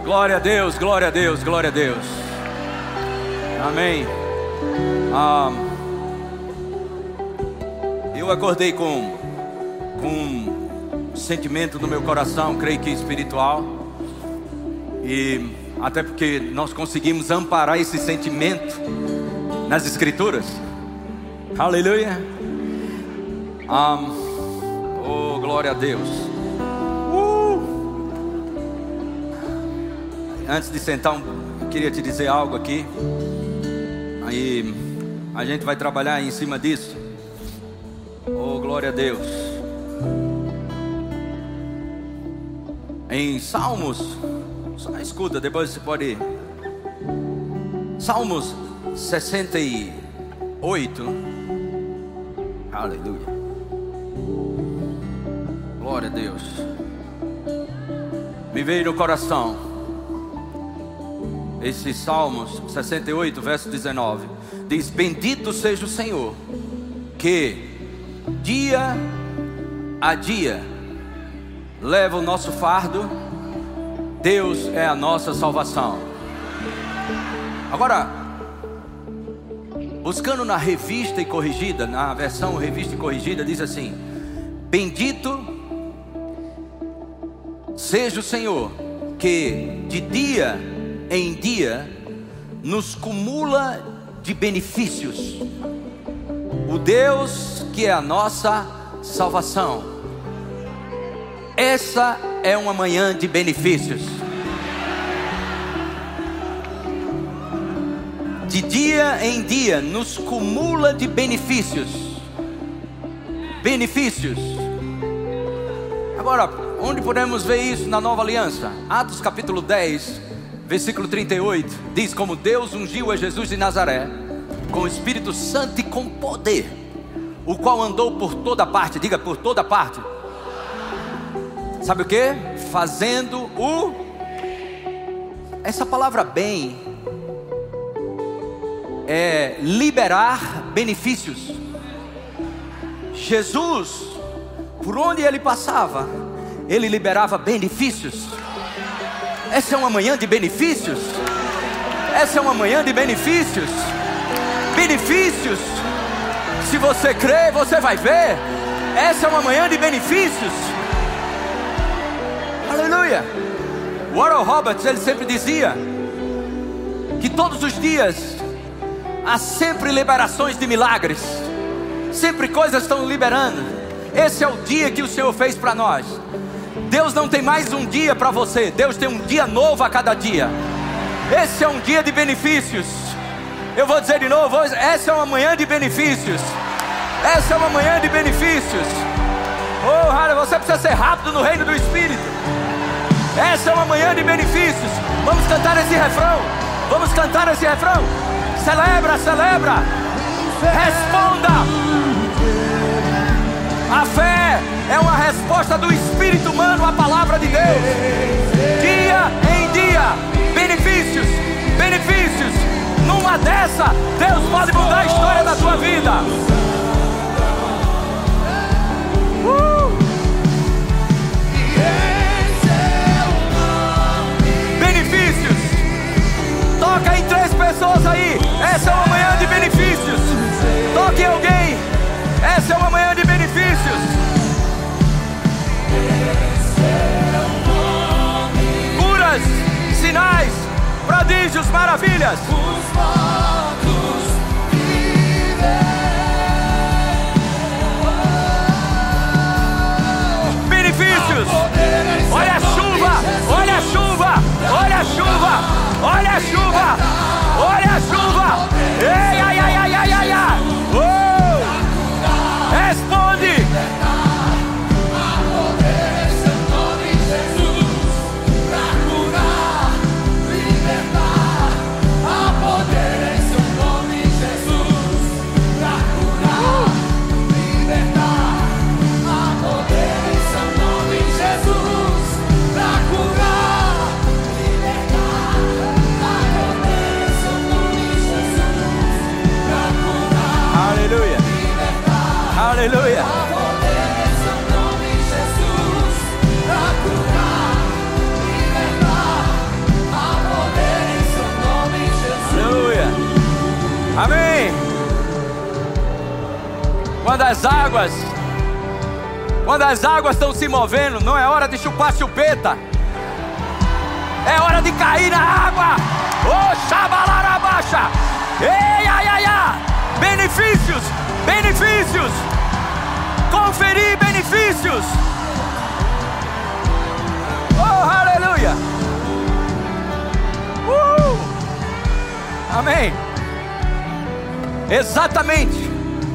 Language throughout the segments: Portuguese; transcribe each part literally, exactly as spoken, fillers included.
Glória a Deus, glória a Deus, glória a Deus. Amém. Ah, eu acordei com, com um sentimento no meu coração, creio que espiritual. E até porque nós conseguimos amparar esse sentimento nas Escrituras. Aleluia. Ah, oh, glória a Deus. Uh! Antes de sentar, eu queria te dizer algo aqui. Aí a gente vai trabalhar em cima disso. Oh, glória a Deus. Em Salmos, só escuta, depois você pode ir. Salmos sessenta e oito. Aleluia. Glória a Deus. Me veio no coração esse Salmos sessenta e oito, verso dezenove. Diz: bendito seja o Senhor, que dia a dia leva o nosso fardo. Deus é a nossa salvação. Agora, buscando na revista e corrigida, na versão revista e corrigida, diz assim: bendito seja o Senhor, que de dia em dia nos cumula de benefícios. O Deus que é a nossa salvação. Essa é uma manhã de benefícios. De dia em dia nos cumula de benefícios. Benefícios. Agora, onde podemos ver isso na Nova Aliança? Atos capítulo dez, versículo trinta e oito. Diz: como Deus ungiu a Jesus de Nazaré com o Espírito Santo e com poder, o qual andou por toda parte. Diga: por toda parte. Sabe o que? Fazendo o... Essa palavra bem é liberar benefícios. Jesus, por onde ele passava, ele liberava benefícios. Essa é uma manhã de benefícios. Essa é uma manhã de benefícios. Benefícios. Se você crê, você vai ver. Essa é uma manhã de benefícios. Aleluia. Warren Roberts, ele sempre dizia que todos os dias há sempre liberações de milagres. Sempre coisas estão liberando. Esse é o dia que o Senhor fez para nós. Deus não tem mais um dia para você. Deus tem um dia novo a cada dia. Esse é um dia de benefícios. Eu vou dizer de novo, essa é uma manhã de benefícios. Essa é uma manhã de benefícios. Oh, Rara, você precisa ser rápido no reino do Espírito. Essa é uma manhã de benefícios. Vamos cantar esse refrão. Vamos cantar esse refrão. Celebra, celebra. Responda. A fé é uma resposta do espírito humano à palavra de Deus. Dia em dia, benefícios, benefícios. Numa dessa, Deus pode mudar a história da tua vida. Uh! Benefícios. Toca em três pessoas aí. Essa é uma manhã de benefícios. Toque em alguém. Essa é uma manhã de benefícios. Curas, sinais, prodígios, maravilhas. Benefícios. Olha a chuva, olha a chuva, olha a chuva, olha a chuva, olha a chuva. Ei, ai, ai, ai, ai, ai, ai. Oh! Responde. Poder Amém. Quando as águas, quando as águas estão se movendo, não é hora de chupar chupeta. É hora de cair na água. Oh, xabalarabaxa. Ei, ai, ai, ai. Benefícios, benefícios. Conferir benefícios. Oh, aleluia. Uh! Amém. Exatamente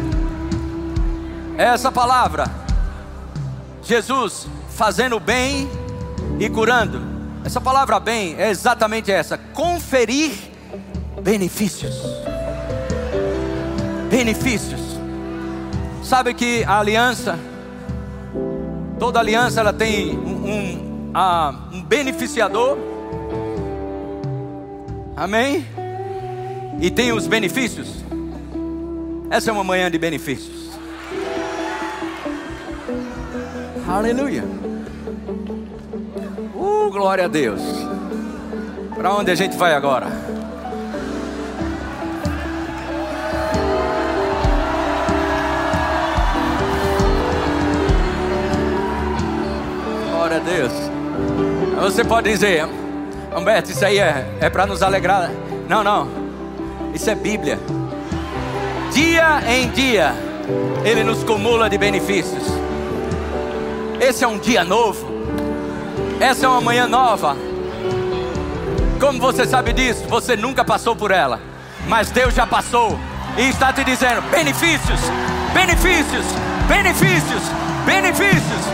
essa palavra, Jesus fazendo bem e curando. Essa palavra bem é exatamente essa: conferir benefícios. Benefícios. Sabe que a aliança, toda aliança ela tem um, um, uh, um beneficiador. Amém? E tem os benefícios. Essa é uma manhã de benefícios. Aleluia. Uh, glória a Deus. Para onde a gente vai agora? Glória a Deus. Você pode dizer: Humberto, isso aí é, é para nos alegrar. Não, não. Isso é Bíblia. Dia em dia Ele nos cumula de benefícios. Esse é um dia novo. Essa é uma manhã nova. Como você sabe disso? Você nunca passou por ela, mas Deus já passou e está te dizendo: benefícios, benefícios, benefícios, benefícios.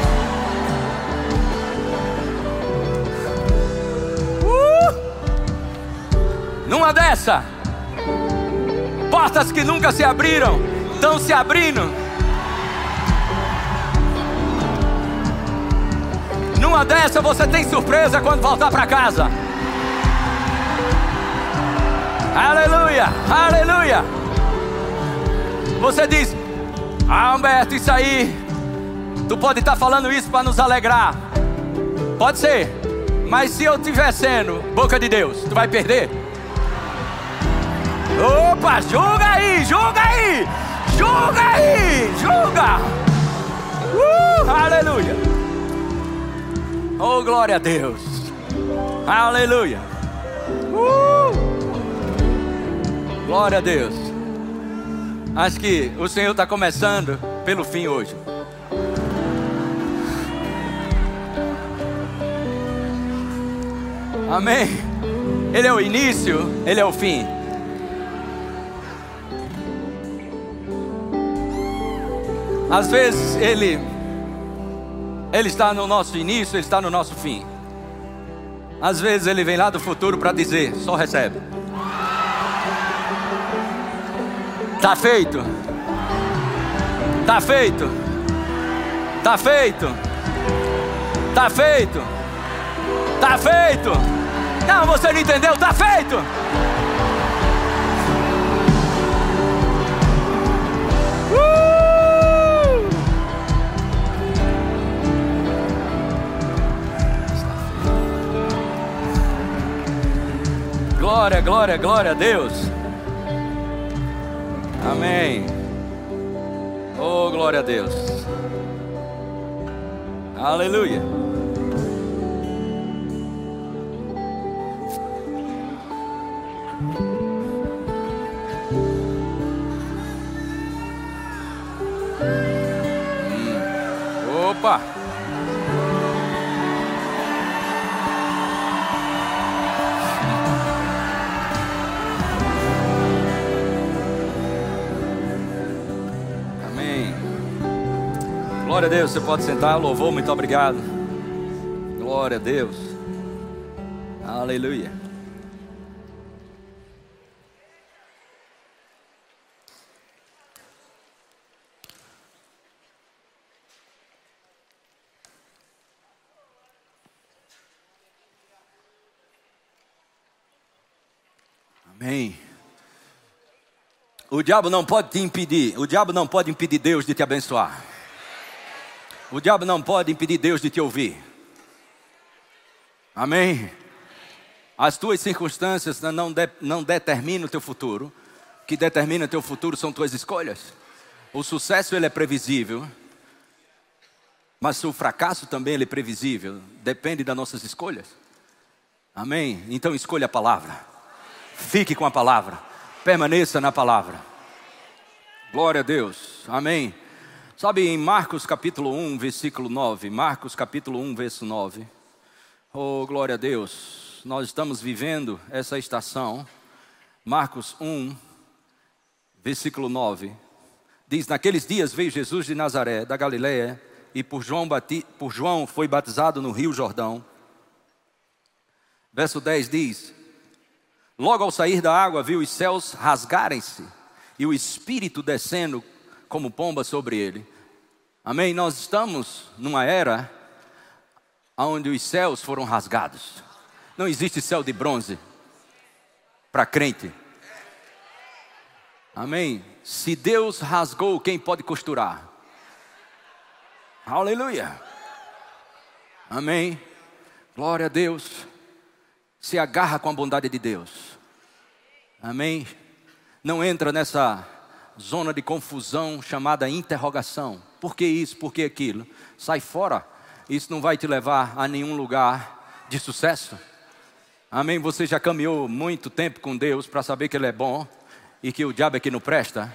Numa dessa, portas que nunca se abriram estão se abrindo. Numa dessa, você tem surpresa quando voltar para casa. Aleluia, aleluia. Você diz: ah, Humberto, isso aí, tu pode estar falando isso para nos alegrar. Pode ser, mas se eu estiver sendo boca de Deus, tu vai perder. Opa, julga aí, julga aí, julga aí, julga. Uh, aleluia. Oh, glória a Deus. Aleluia. Uh, glória a Deus. Acho que o Senhor está começando pelo fim hoje. Amém. Ele é o início, Ele é o fim. Às vezes Ele Ele está no nosso início, Ele está no nosso fim. Às vezes Ele vem lá do futuro para dizer: só recebe. Tá feito. Tá feito. Tá feito. Tá feito. Tá feito. Não, você não entendeu? Tá feito. Glória, glória, glória a Deus. Amém. Oh, glória a Deus. Aleluia. Hum. Opa. Glória a Deus, você pode sentar. Louvor, muito obrigado. Glória a Deus. Aleluia. Amém. O diabo não pode te impedir. O diabo não pode impedir Deus de te abençoar. O diabo não pode impedir Deus de te ouvir. Amém? As tuas circunstâncias não, de, não determinam o teu futuro, que determina teu futuro são tuas escolhas. O sucesso ele é previsível, mas o fracasso também ele é previsível. Depende das nossas escolhas. Amém? Então escolha a palavra. Fique com a palavra. Permaneça na palavra. Glória a Deus. Amém. Sabe, em Marcos capítulo um, versículo nove. Marcos capítulo um, verso nove. Oh, glória a Deus. Nós estamos vivendo essa estação. Marcos um, versículo nove. Diz: naqueles dias veio Jesus de Nazaré, da Galileia, e por João, bati... por João foi batizado no rio Jordão. Verso dez diz: logo ao sair da água viu os céus rasgarem-se e o Espírito descendo como pomba sobre ele. Amém? Nós estamos numa era onde os céus foram rasgados. Não existe céu de bronze para crente. Amém? Se Deus rasgou, quem pode costurar? Aleluia. Amém? Glória a Deus. Se agarra com a bondade de Deus. Amém? Não entra nessa zona de confusão chamada interrogação. Por que isso? Por que aquilo? Sai fora. Isso não vai te levar a nenhum lugar de sucesso. Amém? Você já caminhou muito tempo com Deus para saber que Ele é bom e que o diabo é que não presta.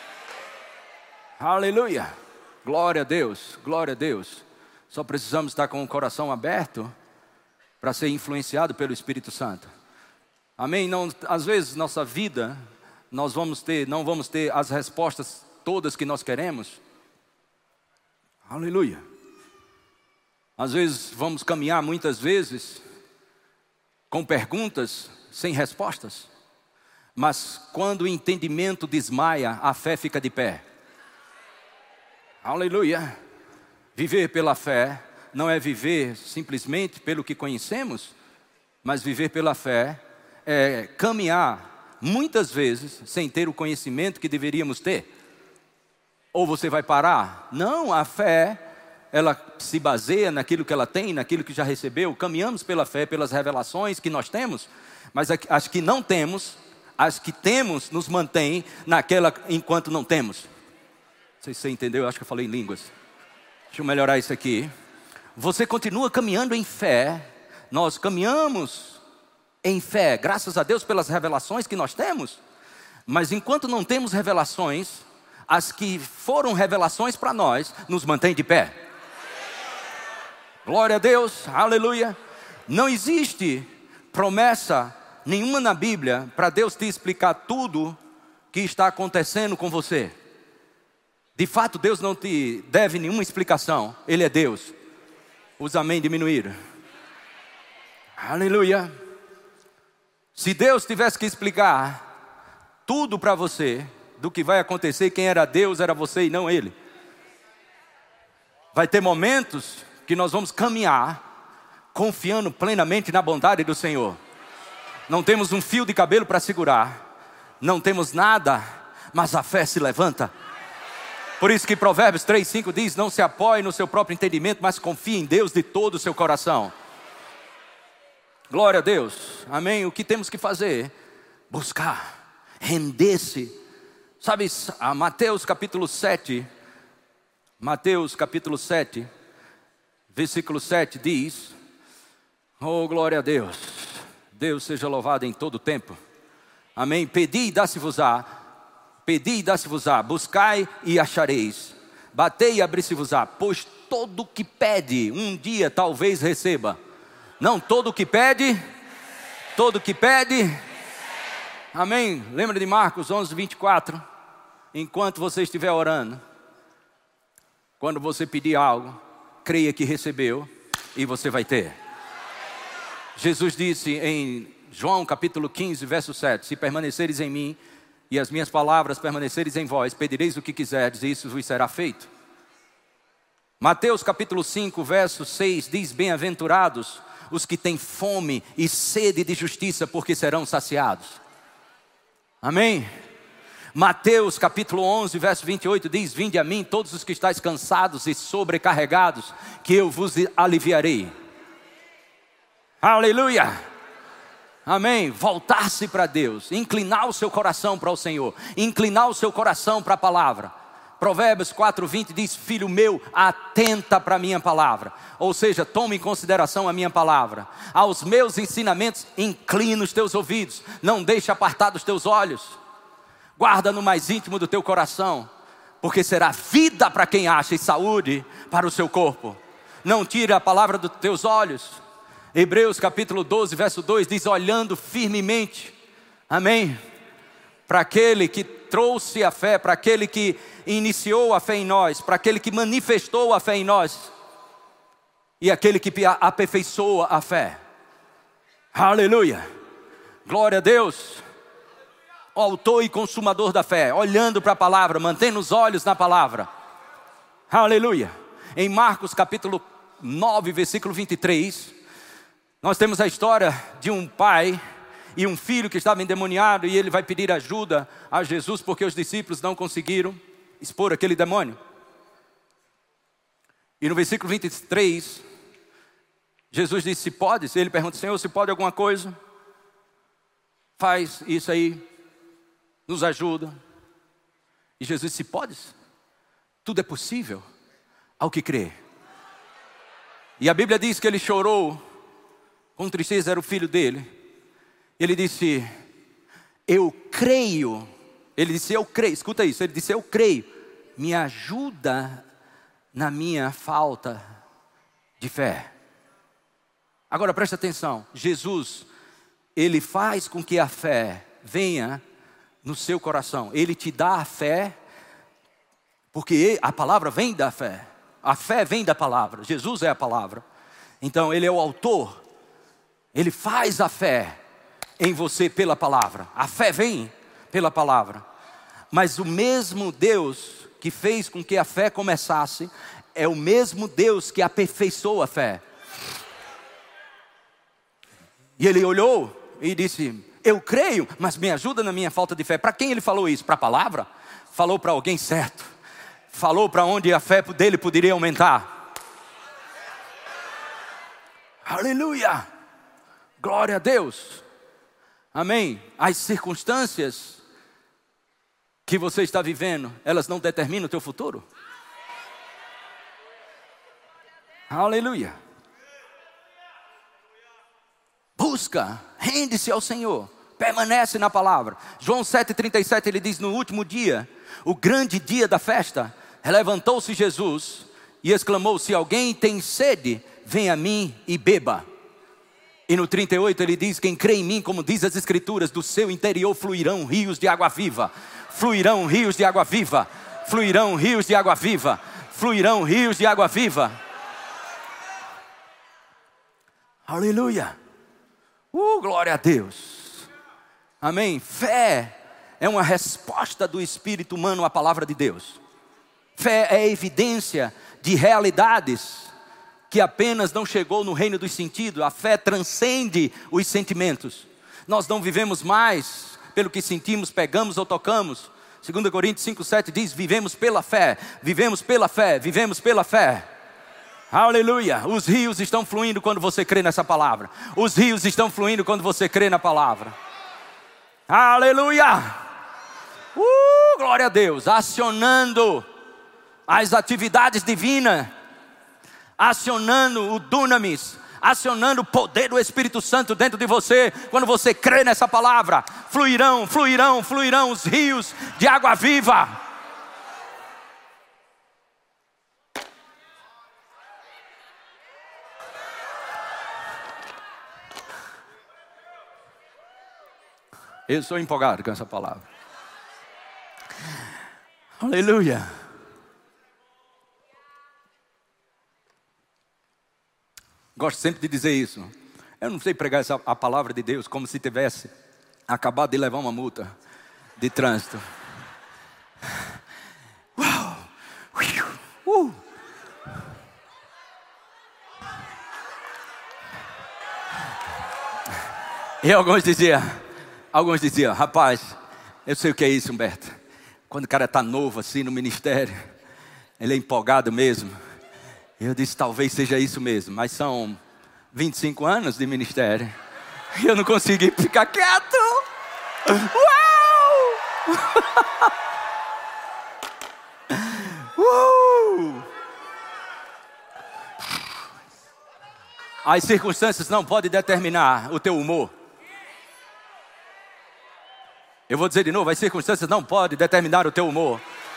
Aleluia. Glória a Deus. Glória a Deus. Só precisamos estar com o coração aberto para ser influenciado pelo Espírito Santo. Amém? Não, às vezes nossa vida nós vamos ter, não vamos ter as respostas todas que nós queremos. Aleluia. Às vezes vamos caminhar muitas vezes com perguntas sem respostas. Mas quando o entendimento desmaia, a fé fica de pé. Aleluia. Viver pela fé não é viver simplesmente pelo que conhecemos, mas viver pela fé é caminhar muitas vezes sem ter o conhecimento que deveríamos ter. Ou você vai parar? Não, a fé, ela se baseia naquilo que ela tem, naquilo que já recebeu. Caminhamos pela fé, pelas revelações que nós temos, mas as que não temos, as que temos nos mantém naquela enquanto não temos. Não sei se você entendeu, eu acho que eu falei em línguas. Deixa eu melhorar isso aqui. Você continua caminhando em fé. Nós caminhamos em fé, graças a Deus pelas revelações que nós temos. Mas enquanto não temos revelações, as que foram revelações para nós, nos mantém de pé. Glória a Deus, aleluia. Não existe promessa nenhuma na Bíblia para Deus te explicar tudo que está acontecendo com você. De fato, Deus não te deve nenhuma explicação. Ele é Deus. Os amém diminuíram. Aleluia. Se Deus tivesse que explicar tudo para você, do que vai acontecer, quem era Deus era você e não Ele. Vai ter momentos que nós vamos caminhar confiando plenamente na bondade do Senhor. Não temos um fio de cabelo para segurar, não temos nada, mas a fé se levanta. Por isso que Provérbios três, cinco diz: não se apoie no seu próprio entendimento, mas confie em Deus de todo o seu coração. Glória a Deus, amém. O que temos que fazer? Buscar, render-se. Sabe, a Mateus capítulo sete, Mateus capítulo sete, versículo sete diz: oh, glória a Deus, Deus seja louvado em todo o tempo. Amém. Pedi e dá-se-vos-á, pedi e dá-se-vos-á, buscai e achareis, batei e abri-se-vos-á, pois todo o que pede, um dia talvez receba. Não, todo o que pede, todo o que pede, amém. Lembra de Marcos onze, vinte e quatro? Enquanto você estiver orando, quando você pedir algo, creia que recebeu e você vai ter. Jesus disse em João capítulo quinze, verso sete: se permaneceres em mim e as minhas palavras permaneceres em vós, pedireis o que quiserdes e isso vos será feito. Mateus capítulo cinco, verso seis diz: bem-aventurados os que têm fome e sede de justiça, porque serão saciados. Amém? Mateus capítulo onze, verso vinte e oito diz: vinde a mim todos os que estáis cansados e sobrecarregados, que eu vos aliviarei. Aleluia! Amém? Voltar-se para Deus, inclinar o seu coração para o Senhor, inclinar o seu coração para a palavra. Provérbios quatro, vinte diz: filho meu, atenta para a minha palavra. Ou seja, tome em consideração a minha palavra. Aos meus ensinamentos, inclina os teus ouvidos. Não deixe apartar dos teus olhos. Guarda no mais íntimo do teu coração, porque será vida para quem acha e saúde para o seu corpo. Não tire a palavra dos teus olhos. Hebreus capítulo doze, verso dois diz: olhando firmemente, amém, para aquele que trouxe a fé, para aquele que iniciou a fé em nós, para aquele que manifestou a fé em nós, e aquele que aperfeiçoa a fé. Aleluia, glória a Deus. O autor e consumador da fé, olhando para a palavra, mantendo os olhos na palavra. Aleluia. Em Marcos capítulo nove, versículo vinte e três, nós temos a história de um pai e um filho que estava endemoniado, e ele vai pedir ajuda a Jesus, porque os discípulos não conseguiram expor aquele demônio. E no versículo vinte e três, Jesus disse: se podes? Ele pergunta: Senhor, se pode alguma coisa? Faz isso aí, nos ajuda. E Jesus disse: se podes? Tudo é possível ao que crê. E a Bíblia diz que ele chorou com tristeza, era o filho dele. Ele disse: eu creio. Ele disse: eu creio, escuta isso, ele disse: eu creio, me ajuda na minha falta de fé. Agora presta atenção, Jesus, ele faz com que a fé venha no seu coração. Ele te dá a fé, porque a palavra vem da fé. A fé vem da palavra, Jesus é a palavra. Então ele é o autor. Ele faz a fé em você pela palavra. A fé vem pela palavra. Mas o mesmo Deus que fez com que a fé começasse é o mesmo Deus que aperfeiçoou a fé. E ele olhou e disse: eu creio, mas me ajuda na minha falta de fé. Para quem ele falou isso? Para a palavra? Falou para alguém certo. Falou para onde a fé dele poderia aumentar. Aleluia! Glória a Deus. Amém. As circunstâncias que você está vivendo, elas não determinam o teu futuro? Aleluia. Busca, rende-se ao Senhor, permanece na palavra. João sete, trinta e sete, ele diz: no último dia, o grande dia da festa, levantou-se Jesus e exclamou: se alguém tem sede, venha a mim e beba. E no trinta e oito ele diz: quem crê em mim, como diz as escrituras, do seu interior fluirão rios de água viva. Fluirão rios de água viva. Fluirão rios de água viva. Fluirão rios de água viva. Aleluia. Uh, glória a Deus. Amém. Fé é uma resposta do espírito humano à palavra de Deus. Fé é evidência de realidades que apenas não chegou no reino dos sentidos. A fé transcende os sentimentos. Nós não vivemos mais pelo que sentimos, pegamos ou tocamos. Segunda Coríntios cinco, sete diz: vivemos pela fé, vivemos pela fé, vivemos pela fé. Aleluia. Os rios estão fluindo quando você crê nessa palavra. Os rios estão fluindo quando você crê na palavra. Aleluia. Uh, glória a Deus. Acionando as atividades divinas, acionando o dunamis, acionando o poder do Espírito Santo dentro de você. Quando você crê nessa palavra, fluirão, fluirão, fluirão os rios de água viva. Eu sou empolgado com essa palavra. Aleluia. Gosto sempre de dizer isso. Eu não sei pregar essa, a palavra de Deus como se tivesse acabado de levar uma multa de trânsito. Uau. Uh. E alguns diziam, alguns diziam, rapaz, eu sei o que é isso, Humberto. Quando o cara está novo assim no ministério, ele é empolgado mesmo. Eu disse, talvez seja isso mesmo, mas são vinte e cinco anos de ministério. E eu não consegui ficar quieto. Uau! uh! As circunstâncias não podem determinar o teu humor. Eu vou dizer de novo, as circunstâncias não podem determinar o teu humor.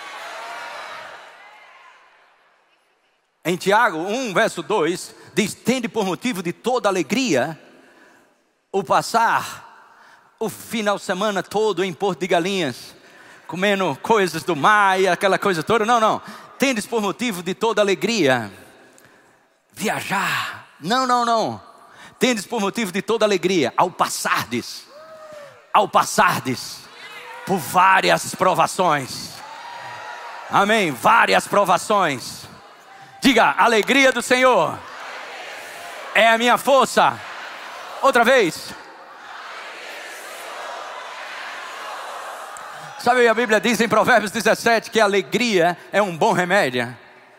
Em Tiago um, verso dois, diz: tende por motivo de toda alegria o passar o final de semana todo em Porto de Galinhas, comendo coisas do mar e aquela coisa toda. Não, não. Tendes por motivo de toda alegria viajar. Não, não, não. Tendes por motivo de toda alegria ao passardes, ao passardes por várias provações. Amém. Várias provações. Diga: alegria do Senhor é a minha força. Outra vez. Sabe, a Bíblia diz em Provérbios dezessete que a alegria é um bom remédio.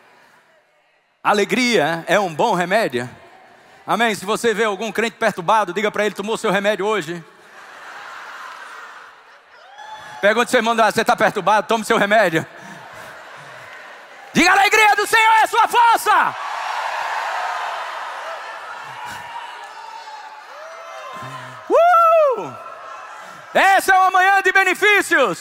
Alegria é um bom remédio. Amém? Se você vê algum crente perturbado, diga para ele: tomou seu remédio hoje? Pergunte ao seu irmão: você está perturbado? Tome seu remédio. Diga: a alegria do Senhor é a sua força. Uh! Essa é uma manhã de benefícios.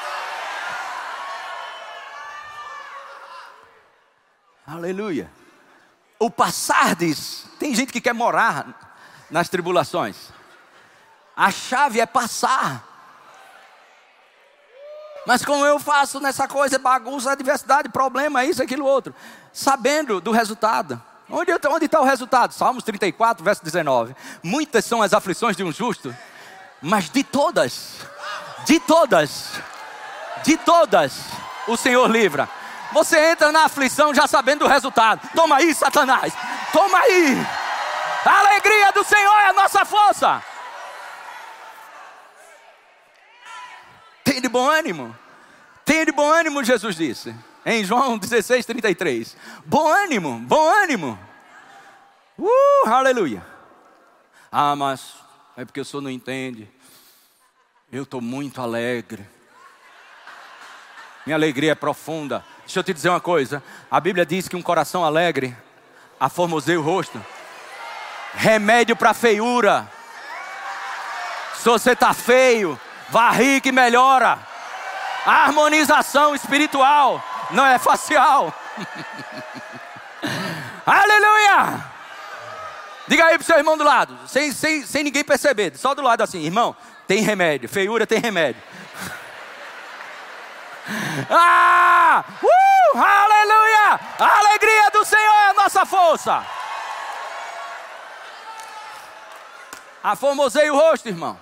Aleluia. O passardes. Tem gente que quer morar nas tribulações. A chave é passar. Mas como eu faço nessa coisa, bagunça, adversidade, problema, isso, aquilo, outro, sabendo do resultado. Onde, onde está o resultado? Salmos trinta e quatro, verso dezenove. Muitas são as aflições de um justo, mas de todas, de todas, de todas, o Senhor livra. Você entra na aflição já sabendo do resultado. Toma aí, Satanás. Toma aí. A alegria do Senhor é a nossa força. Tem de bom ânimo. Tem de bom ânimo, Jesus disse. Em João dezesseis, trinta e três. Bom ânimo, bom ânimo. Uh, aleluia. Ah, mas é porque o senhor não entende. Eu estou muito alegre. Minha alegria é profunda. Deixa eu te dizer uma coisa. A Bíblia diz que um coração alegre aformoseia o rosto. Remédio para feiura. Se você está feio, vá rir que melhora. A harmonização espiritual não é facial. Aleluia. Diga aí para o seu irmão do lado, sem, sem, sem ninguém perceber, só do lado assim: irmão, tem remédio, feiura tem remédio. Ah, uh, aleluia. A alegria do Senhor é a nossa força. Aformoseie o rosto, irmão.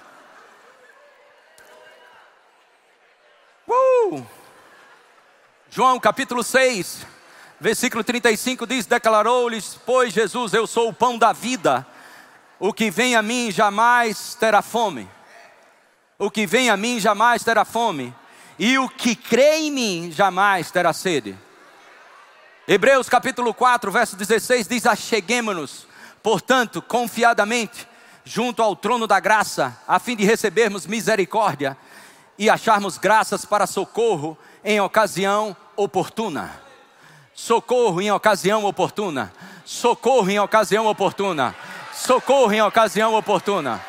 Uh! João capítulo seis, versículo trinta e cinco diz: declarou-lhes, pois, Jesus: eu sou o pão da vida. O que vem a mim jamais terá fome. O que vem a mim jamais terá fome. E o que crê em mim jamais terá sede. Hebreus capítulo quatro, verso dezesseis diz: acheguemo-nos, portanto, confiadamente, junto ao trono da graça, a fim de recebermos misericórdia e acharmos graças para socorro em ocasião oportuna. Socorro em ocasião oportuna. Socorro em ocasião oportuna. Socorro em ocasião oportuna.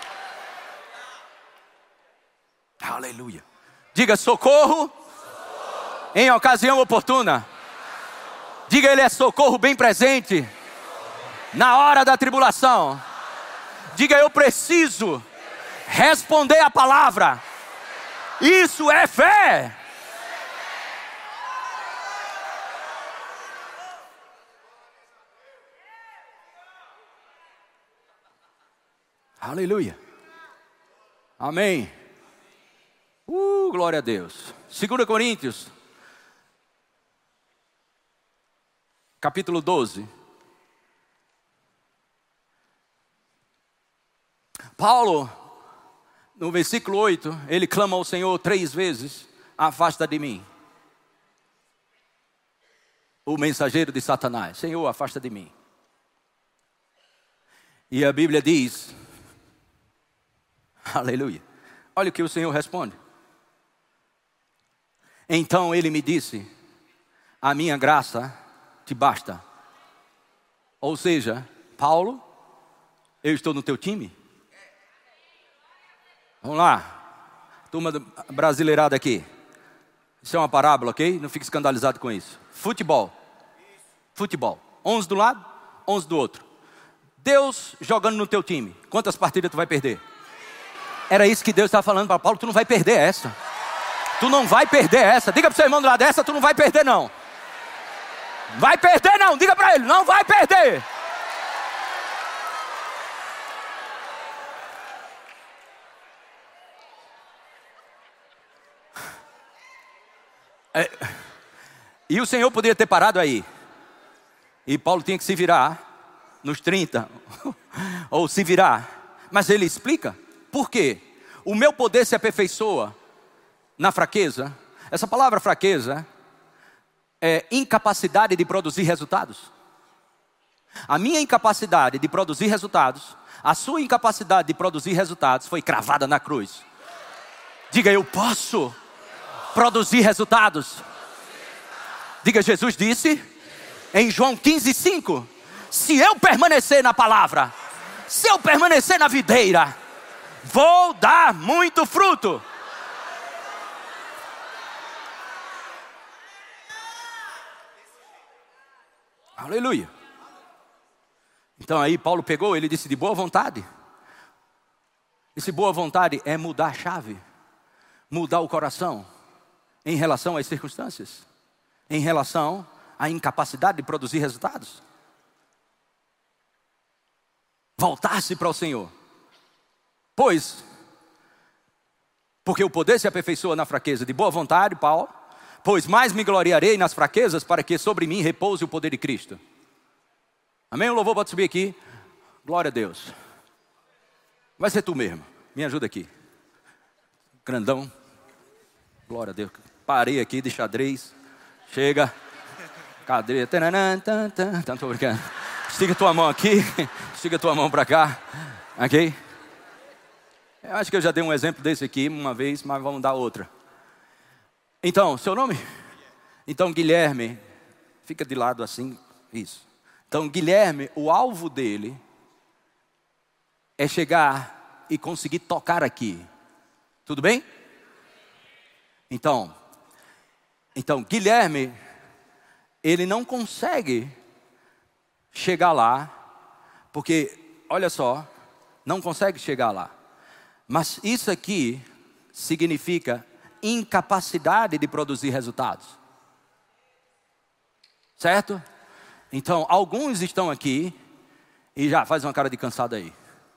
Aleluia. Diga: socorro, socorro em ocasião oportuna. Diga: ele é socorro bem presente na hora da tribulação. Diga: eu preciso responder a palavra. Isso é fé. Aleluia. Amém. Uh, glória a Deus. Segunda Coríntios, capítulo doze. Paulo, no versículo oito, ele clama ao Senhor três vezes: afasta de mim o mensageiro de Satanás. Senhor, afasta de mim. E a Bíblia diz Aleluia. Olha o que o Senhor responde. Então ele me disse: a minha graça te basta. Ou seja, Paulo, eu estou no teu time. Vamos lá, turma brasileirada aqui. Isso é uma parábola, ok? Não fique escandalizado com isso. Futebol. Futebol. onze do lado, onze do outro. Deus jogando no teu time. Quantas partidas tu vai perder? Era isso que Deus estava falando para Paulo. Tu não vai perder essa. Tu não vai perder essa. Diga para o seu irmão do lado, essa tu não vai perder não. Vai perder não. Diga para ele, não vai perder. É, e o Senhor poderia ter parado aí. E Paulo tinha que se virar nos trinta. Ou se virar. Mas ele explica. Por quê? O meu poder se aperfeiçoa na fraqueza. Essa palavra fraqueza é incapacidade de produzir resultados. A minha incapacidade de produzir resultados, a sua incapacidade de produzir resultados foi cravada na cruz. Diga, eu posso produzir resultados. Diga, Jesus disse em João quinze, cinco: se eu permanecer na palavra, se eu permanecer na videira, vou dar muito fruto. Aleluia. Então aí Paulo pegou, ele disse de boa vontade. Esse boa vontade é mudar a chave, mudar o coração em relação às circunstâncias, em relação à incapacidade de produzir resultados. Voltar-se para o Senhor. Pois, porque o poder se aperfeiçoa na fraqueza. De boa vontade, Paulo. Pois mais me gloriarei nas fraquezas, para que sobre mim repouse o poder de Cristo. Amém? O louvor pode subir aqui. Glória a Deus. Vai ser tu mesmo. Me ajuda aqui. Grandão. Glória a Deus. Parei aqui de xadrez. Chega. Cadeira. Não estou brincando. Estica tua mão aqui. Estica tua mão para cá. Ok? Eu acho que eu já dei um exemplo desse aqui uma vez, mas vamos dar outra. Então, seu nome? Então, Guilherme. Fica de lado assim. Isso. Então, Guilherme, o alvo dele é chegar e conseguir tocar aqui. Tudo bem? Então, então Guilherme, ele não consegue chegar lá, porque, olha só, não consegue chegar lá. Mas isso aqui significa incapacidade de produzir resultados. Certo? Então, alguns estão aqui e já faz uma cara de cansado aí.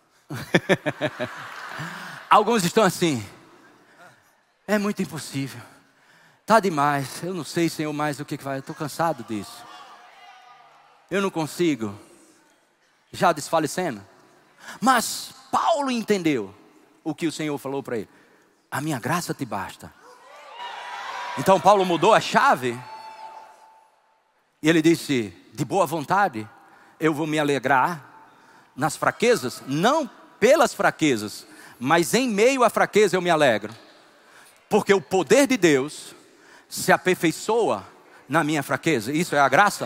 Alguns estão assim. É muito impossível. Tá demais. Eu não sei, Senhor, mais o que vai. Eu estou cansado disso. Eu não consigo. Já desfalecendo. Mas Paulo entendeu o que o Senhor falou para ele. A minha graça te basta. Então Paulo mudou a chave. E ele disse, de boa vontade, eu vou me alegrar nas fraquezas. Não pelas fraquezas, mas em meio à fraqueza eu me alegro. Porque o poder de Deus se aperfeiçoa na minha fraqueza. Isso é a graça.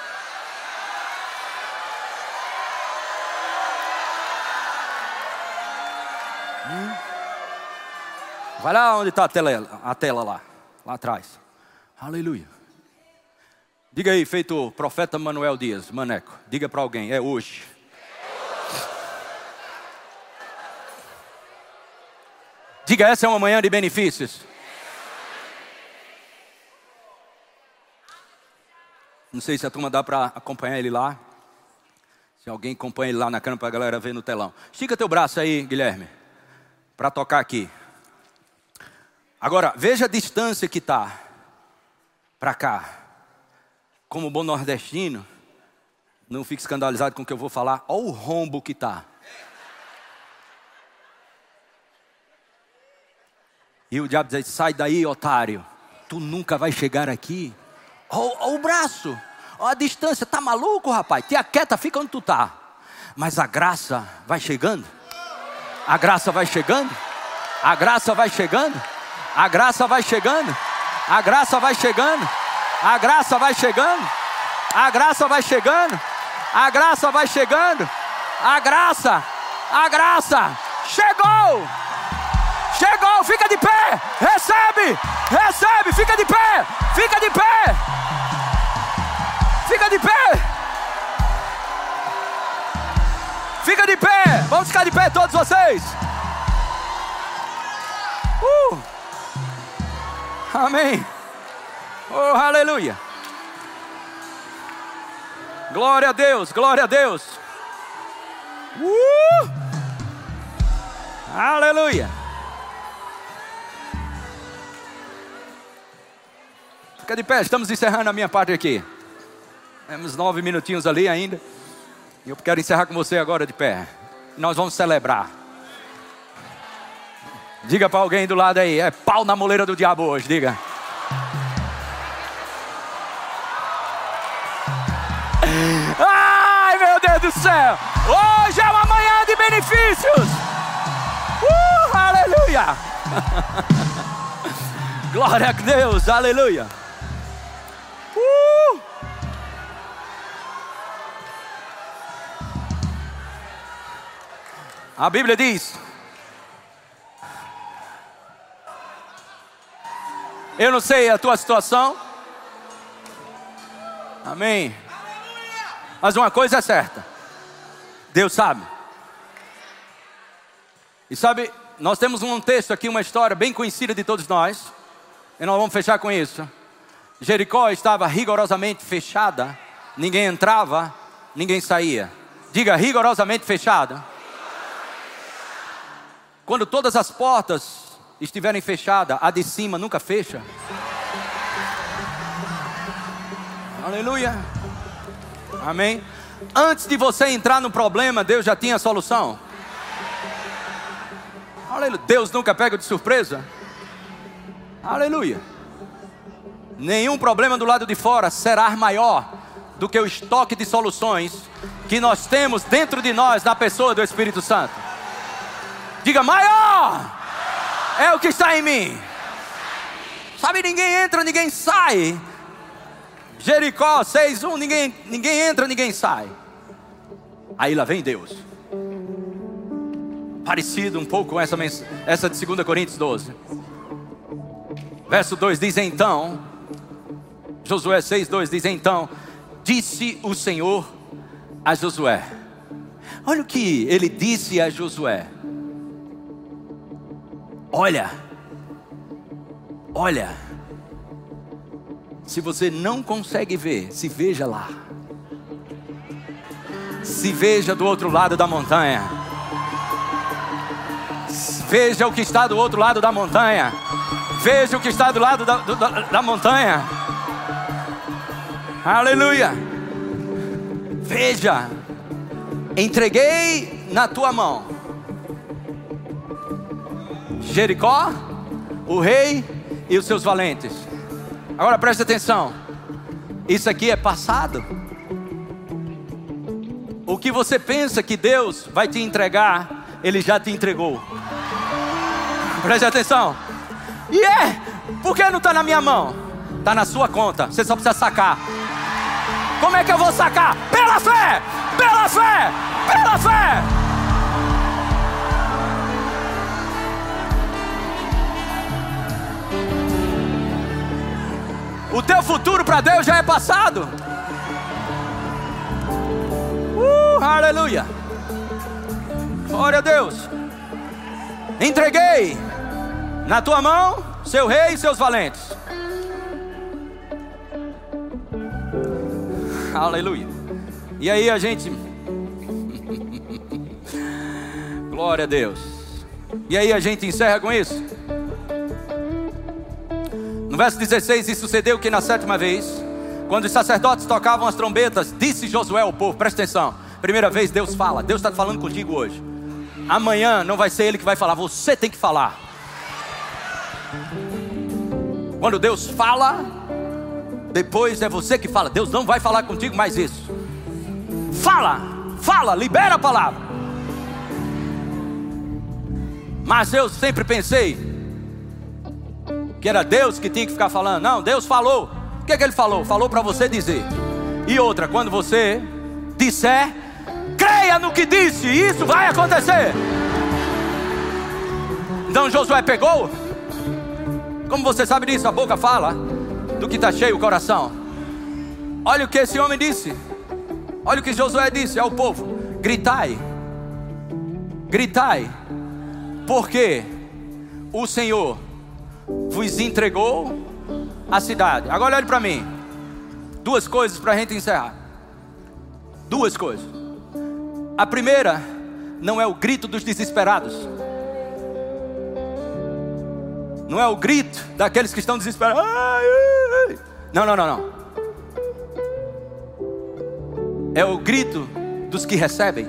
Hum. Vai lá onde está a tela, a tela lá, lá atrás. Aleluia. Diga aí, feito o profeta Manuel Dias, Maneco. Diga para alguém, é hoje. Diga, essa é uma manhã de benefícios. Não sei se a turma dá para acompanhar ele lá. Se alguém acompanha ele lá na câmera para a galera ver no telão. Estica teu braço aí, Guilherme, para tocar aqui. Agora, veja a distância que está para cá. Como bom nordestino, não fique escandalizado com o que eu vou falar. Olha o rombo que está. E o diabo diz, sai daí, otário. Tu nunca vai chegar aqui. Olha o braço. Olha a distância. Tá maluco, rapaz? Te aquieta, fica onde tu tá. Mas a graça vai chegando. A graça vai chegando. A graça vai chegando. A graça vai chegando. A graça vai chegando. A graça vai chegando. A graça vai chegando. A graça vai chegando. A graça. A graça. Chegou. Chegou. Fica de pé. Recebe. Recebe. Fica de pé. Fica de pé. Fica de pé. Fica de pé. Vamos ficar de pé todos vocês. Uh. Amém. Oh, aleluia. Glória a Deus, glória a Deus. Uh. Aleluia. Fica de pé, estamos encerrando a minha parte aqui. Temos nove minutinhos ali ainda. E eu quero encerrar com você agora de pé. Nós vamos celebrar. Diga para alguém do lado aí, é pau na moleira do diabo hoje, diga. Ai, meu Deus do céu. Hoje é uma manhã de benefícios. Uh, aleluia. Glória a Deus, aleluia. Uh. A Bíblia diz: eu não sei a tua situação. Amém. Mas uma coisa é certa: Deus sabe. E sabe, nós temos um texto aqui, uma história bem conhecida de todos nós. E nós vamos fechar com isso. Jericó estava rigorosamente fechada. Ninguém entrava, ninguém saía. Diga, rigorosamente fechada. Quando todas as portas estiverem fechadas, a de cima nunca fecha. Aleluia. Amém. Antes de você entrar no problema, Deus já tinha a solução. Aleluia. Deus nunca pega de surpresa. Aleluia. Nenhum problema do lado de fora será maior do que o estoque de soluções que nós temos dentro de nós, na pessoa do Espírito Santo. Diga, maior é o que está em mim. Sabe, ninguém entra, ninguém sai. Jericó seis, um, ninguém, ninguém entra, ninguém sai. Aí lá vem Deus. Parecido um pouco com essa, essa de segunda Coríntios doze. Verso dois diz então, Josué seis, dois diz então, disse o Senhor a Josué. Olha o que ele disse a Josué. Olha, olha, se você não consegue ver, se veja lá. Se veja do outro lado da montanha. Veja o que está do outro lado da montanha. Veja o que está do lado da, do, da, da montanha. Aleluia. Veja, entreguei na tua mão Jericó, o rei e os seus valentes. Agora preste atenção. Isso aqui é passado. O que você pensa que Deus vai te entregar, Ele já te entregou. Preste atenção. E é, por que não está na minha mão? Está na sua conta, você só precisa sacar. Como é que eu vou sacar? Pela fé! Pela fé! Pela fé! O teu futuro para Deus já é passado. Uh, aleluia. Glória a Deus. Entreguei na tua mão seu rei e seus valentes. Aleluia. E aí a gente glória a Deus. E aí a gente encerra com isso. No verso dezesseis, e sucedeu que na sétima vez, quando os sacerdotes tocavam as trombetas, disse Josué ao povo, presta atenção, primeira vez Deus fala, Deus está falando contigo hoje. Amanhã não vai ser Ele que vai falar, você tem que falar. Quando Deus fala, depois é você que fala. Deus não vai falar contigo mais isso. Fala, fala, libera a palavra. Mas eu sempre pensei que era Deus que tinha que ficar falando. Não, Deus falou. O que é que Ele falou? Falou para você dizer. E outra, quando você disser, creia no que disse, e isso vai acontecer. Então Josué pegou. Como você sabe disso? A boca fala do que está cheio o coração. Olha o que esse homem disse. Olha o que Josué disse ao povo: gritai, gritai, porque o Senhor vos entregou a cidade. Agora olhe para mim. Duas coisas para a gente encerrar. Duas coisas. A primeira não é o grito dos desesperados. Não é o grito daqueles que estão desesperados. Ai, ai. Não, não, não, não. É o grito dos que recebem.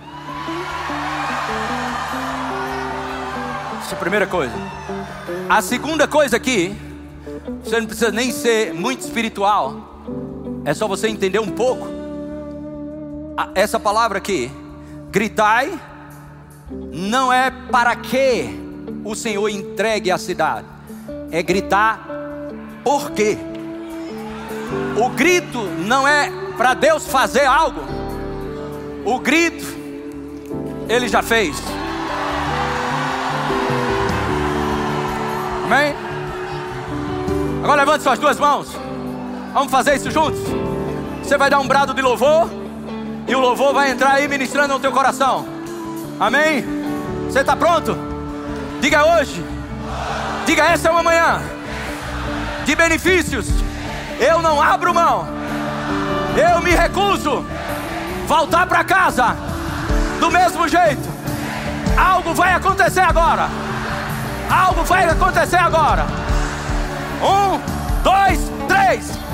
Essa é a primeira coisa. A segunda coisa aqui, você não precisa nem ser muito espiritual, é só você entender um pouco. Essa palavra aqui, gritai, não é para que o Senhor entregue a cidade, é gritar por quê. O grito não é para Deus fazer algo. O grito Ele já fez. Amém? Agora levante suas duas mãos. Vamos fazer isso juntos. Você vai dar um brado de louvor, e o louvor vai entrar aí ministrando no teu coração. Amém? Você está pronto? Diga hoje. Diga, essa é uma manhã de benefícios. Eu não abro mão. Eu me recuso voltar para casa do mesmo jeito. Algo vai acontecer agora. Algo vai acontecer agora. Um, dois, três.